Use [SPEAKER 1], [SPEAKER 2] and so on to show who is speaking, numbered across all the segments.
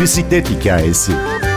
[SPEAKER 1] bisiklet hikayesi.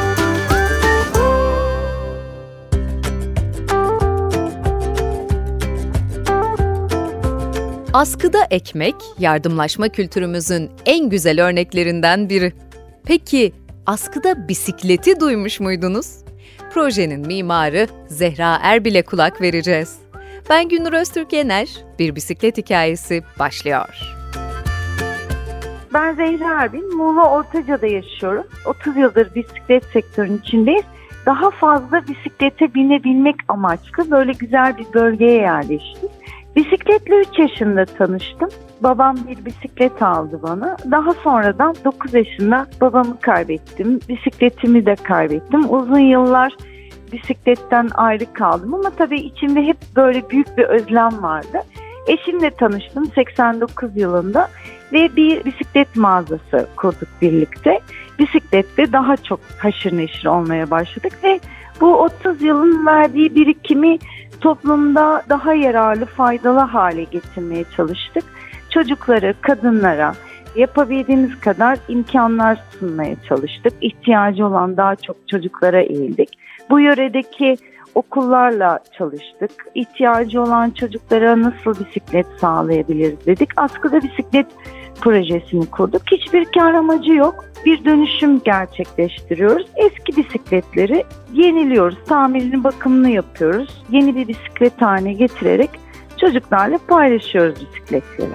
[SPEAKER 2] Askıda ekmek, yardımlaşma kültürümüzün en güzel örneklerinden biri. Peki, askıda bisikleti duymuş muydunuz? Projenin mimarı Zehra Erbil'e kulak vereceğiz. Ben Gündür Öztürk Yener, Bir Bisiklet Hikayesi başlıyor.
[SPEAKER 3] Ben Zehra Erbil, Muğla Ortaca'da yaşıyorum. 30 yıldır bisiklet sektörünün içindeyiz. Daha fazla bisiklete binebilmek amaçlı böyle güzel bir bölgeye yerleştik. Bisikletle 3 yaşında tanıştım. Babam bir bisiklet aldı bana. Daha sonradan 9 yaşında babamı kaybettim. Bisikletimi de kaybettim. Uzun yıllar bisikletten ayrı kaldım ama tabii içimde hep böyle büyük bir özlem vardı. Eşimle tanıştım 89 yılında ve bir bisiklet mağazası kurduk birlikte. Bisikletle daha çok haşır neşir olmaya başladık ve bu 30 yılın verdiği birikimi toplumda daha yararlı, faydalı hale getirmeye çalıştık. Çocuklara, kadınlara yapabildiğimiz kadar imkanlar sunmaya çalıştık. İhtiyacı olan daha çok çocuklara eğildik. Bu yöredeki okullarla çalıştık. İhtiyacı olan çocuklara nasıl bisiklet sağlayabiliriz dedik. Askıda bisiklet projesini kurduk. Hiçbir kar amacı yok. Bir dönüşüm gerçekleştiriyoruz. Eski bisikletleri yeniliyoruz. Tamirini, bakımını yapıyoruz. Yeni bir bisiklet haline getirerek çocuklarla paylaşıyoruz bisikletleri.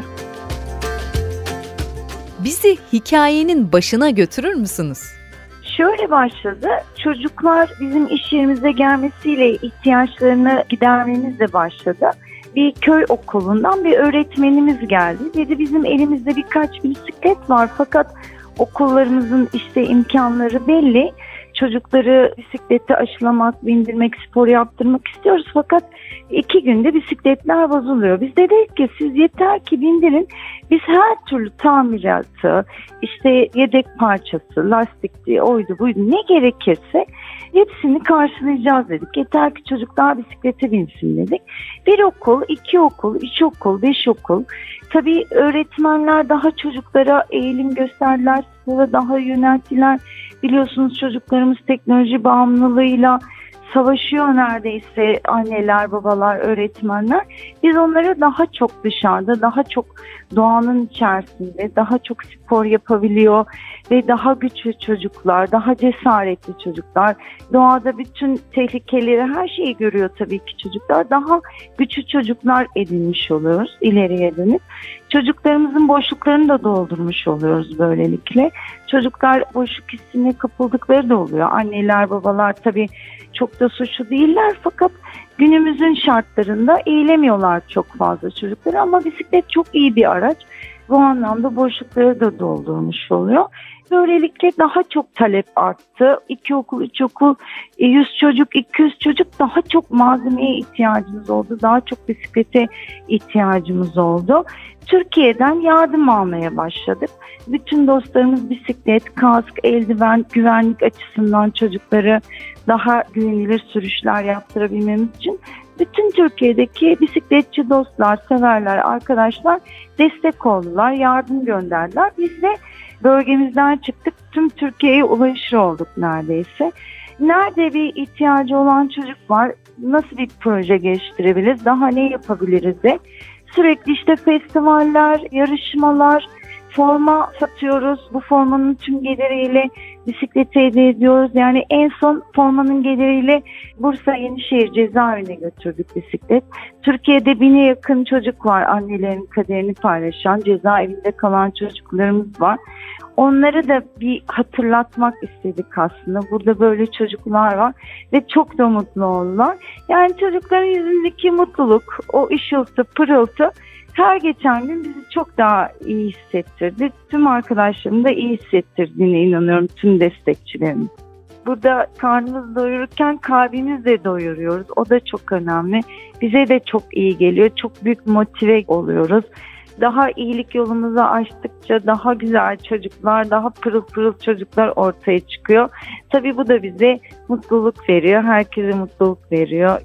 [SPEAKER 2] Bizi hikayenin başına götürür müsünüz?
[SPEAKER 3] Şöyle başladı. Çocuklar bizim iş yerimize gelmesiyle ihtiyaçlarını gidermemizle başladı. Bir köy okulundan bir öğretmenimiz geldi. Dedi bizim elimizde birkaç bisiklet var fakat okullarımızın işte imkanları belli. Çocukları bisiklete aşılamak, bindirmek, spor yaptırmak istiyoruz fakat 2 günde bisikletler bozuluyor. Biz de dedik ki siz yeter ki bindirin. Biz her türlü tamiratı, işte yedek parçası, lastikti, oydu buydu ne gerekirse hepsini karşılayacağız dedik. Yeter ki çocuklar bisiklete binsin dedik. 1 okul, 2 okul, 3 okul, 5 okul. Tabii öğretmenler daha çocuklara eğilim gösterdiler, spora daha yönelttiler. Biliyorsunuz çocuklarımız teknoloji bağımlılığıyla savaşıyor neredeyse anneler, babalar, öğretmenler. Biz onları daha çok dışarıda, daha çok doğanın içerisinde, daha çok spor yapabiliyor ve daha güçlü çocuklar, daha cesaretli çocuklar, doğada bütün tehlikeleri, her şeyi görüyor tabii ki çocuklar. Daha güçlü çocuklar edinmiş oluyoruz ileriye dönüp. Çocuklarımızın boşluklarını da doldurmuş oluyoruz böylelikle. Çocuklar boşluk hissine kapıldıkları da oluyor. Anneler, babalar tabii çok da suçlu değiller fakat günümüzün şartlarında eğilemiyorlar çok fazla çocukları ama bisiklet çok iyi bir araç. Bu anlamda boşlukları da doldurmuş oluyor. Böylelikle daha çok talep arttı. 2 okul, 3 okul, 100 çocuk, 200 çocuk daha çok malzemeye ihtiyacımız oldu. Daha çok bisiklete ihtiyacımız oldu. Türkiye'den yardım almaya başladık. Bütün dostlarımız bisiklet, kask, eldiven, güvenlik açısından çocukları daha güvenilir sürüşler yaptırabilmemiz için bütün Türkiye'deki bisikletçi dostlar, severler, arkadaşlar destek oldular, yardım gönderdiler. Biz de bölgemizden çıktık, tüm Türkiye'ye ulaşır olduk neredeyse. Nerede bir ihtiyacı olan çocuk var, nasıl bir proje geliştirebiliriz, daha ne yapabiliriz de sürekli işte festivaller, yarışmalar, forma satıyoruz. Bu formanın tüm geliriyle bisiklete hediye ediyoruz. Yani en son formanın geliriyle Bursa Yenişehir cezaevine götürdük bisiklet. Türkiye'de 1000'e yakın çocuk var annelerin kaderini paylaşan, cezaevinde kalan çocuklarımız var. Onları da bir hatırlatmak istedik aslında. Burada böyle çocuklar var ve çok da mutlu oldular. Yani çocukların yüzündeki mutluluk, o ışıltı, pırıltı her geçen gün bizi çok daha iyi hissettirdi. Tüm arkadaşlarım da iyi hissettirdiğine inanıyorum, tüm destekçilerim. Burada karnımızı doyururken kalbimizi de doyuruyoruz. O da çok önemli. Bize de çok iyi geliyor. Çok büyük motive oluyoruz. Daha iyilik yolumuzu açtıkça daha güzel çocuklar, daha pırıl pırıl çocuklar ortaya çıkıyor. Tabii bu da bize mutluluk veriyor. Herkese mutluluk veriyor.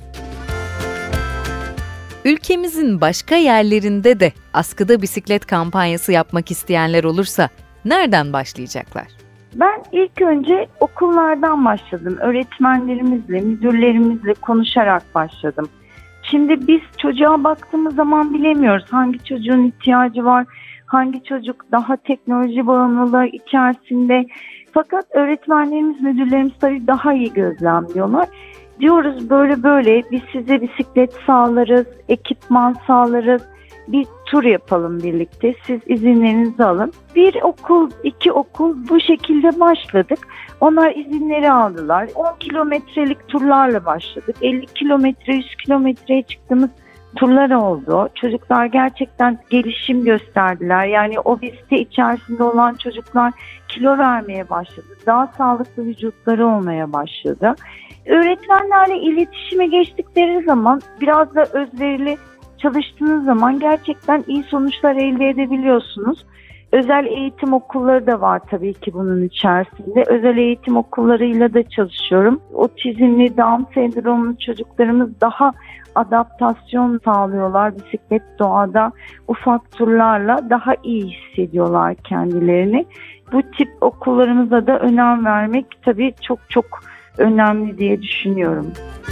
[SPEAKER 2] Ülkemizin başka yerlerinde de askıda bisiklet kampanyası yapmak isteyenler olursa nereden başlayacaklar?
[SPEAKER 3] Ben ilk önce okullardan başladım. Öğretmenlerimizle, müdürlerimizle konuşarak başladım. Şimdi biz çocuğa baktığımız zaman bilemiyoruz hangi çocuğun ihtiyacı var, hangi çocuk daha teknoloji bağımlılığı içerisinde. Fakat öğretmenlerimiz, müdürlerimiz tabii daha iyi gözlemliyorlar. Diyoruz böyle biz size bisiklet sağlarız, ekipman sağlarız. Bir tur yapalım birlikte. Siz izinlerinizi alın. Bir okul, 2 okul bu şekilde başladık. Onlar izinleri aldılar. 10 kilometrelik turlarla başladık. 50 kilometre, 100 kilometreye çıktığımız turlar oldu. Çocuklar gerçekten gelişim gösterdiler. Yani obezite içerisinde olan çocuklar kilo vermeye başladı. Daha sağlıklı vücutları olmaya başladı. Öğretmenlerle iletişime geçtikleri zaman biraz da özverili çalıştığınız zaman gerçekten iyi sonuçlar elde edebiliyorsunuz. Özel eğitim okulları da var tabii ki bunun içerisinde. Özel eğitim okullarıyla da çalışıyorum. Otizmli, Down sendromlu çocuklarımız daha adaptasyon sağlıyorlar. Bisiklet, doğada ufak turlarla daha iyi hissediyorlar kendilerini. Bu tip okullarımıza da önem vermek tabii çok önemli diye düşünüyorum.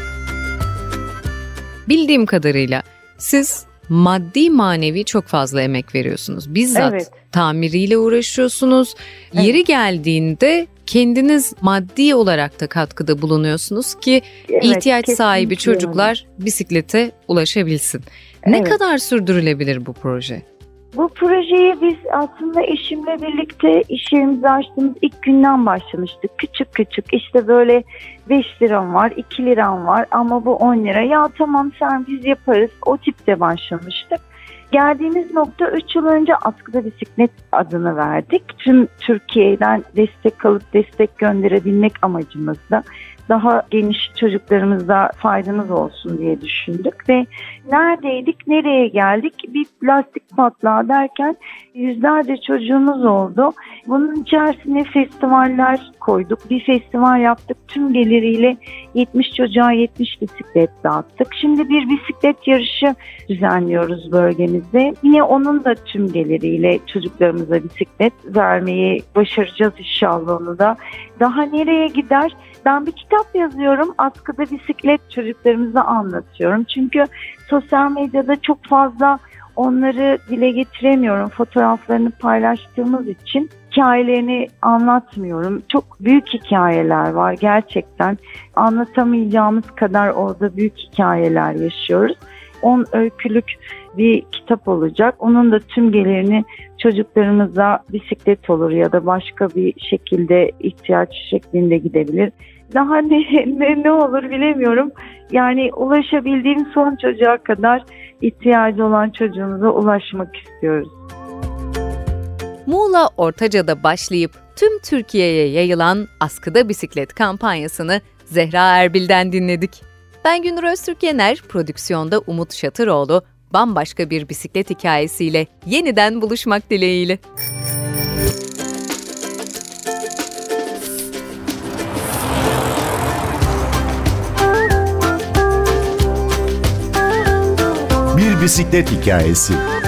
[SPEAKER 2] Bildiğim kadarıyla siz maddi manevi çok fazla emek veriyorsunuz. Bizzat tamiriyle uğraşıyorsunuz. Evet. Yeri geldiğinde kendiniz maddi olarak da katkıda bulunuyorsunuz ki ihtiyaç sahibi çocuklar bisiklete ulaşabilsin. Ne kadar sürdürülebilir bu proje?
[SPEAKER 3] Bu projeyi biz aslında eşimle birlikte iş yerimizi açtığımız ilk günden başlamıştık. Küçük işte böyle 5 liram var, 2 liram var ama bu 10 lira. Ya tamam sen biz yaparız. O tipte başlamıştık. Geldiğimiz nokta 3 yıl önce Askıda Bisiklet adını verdik. Tüm Türkiye'den destek alıp destek gönderebilmek amacımızda. Daha geniş çocuklarımıza faydamız olsun diye düşündük ve neredeydik, nereye geldik? Bir lastik patlağı derken yüzlerce çocuğumuz oldu. Bunun içerisine festivaller koyduk. Bir festival yaptık. Tüm geliriyle 70 çocuğa 70 bisiklet dağıttık. Şimdi bir bisiklet yarışı düzenliyoruz bölgemizde. Yine onun da tüm geliriyle çocuklarımıza bisiklet vermeyi başaracağız inşallah onu da. Daha nereye gider? Ben bir kitap yazıyorum. Askıda Bisiklet çocuklarımıza anlatıyorum. Çünkü sosyal medyada çok fazla onları dile getiremiyorum. Fotoğraflarını paylaştığımız için hikayelerini anlatmıyorum. Çok büyük hikayeler var gerçekten. Anlatamayacağımız kadar orada büyük hikayeler yaşıyoruz. 10 öykülük bir kitap olacak. Onun da tüm gelirini çocuklarımıza bisiklet olur ya da başka bir şekilde ihtiyaç şeklinde gidebilir. Daha ne olur bilemiyorum. Yani ulaşabildiğim son çocuğa kadar ihtiyacı olan çocuğumuza ulaşmak istiyoruz.
[SPEAKER 2] Muğla Ortaca'da başlayıp tüm Türkiye'ye yayılan Askıda Bisiklet kampanyasını Zehra Erbil'den dinledik. Ben Gündür Öztürk Yener, prodüksiyonda Umut Şatıroğlu, bambaşka bir bisiklet hikayesiyle yeniden buluşmak dileğiyle.
[SPEAKER 1] Bir bisiklet hikayesi.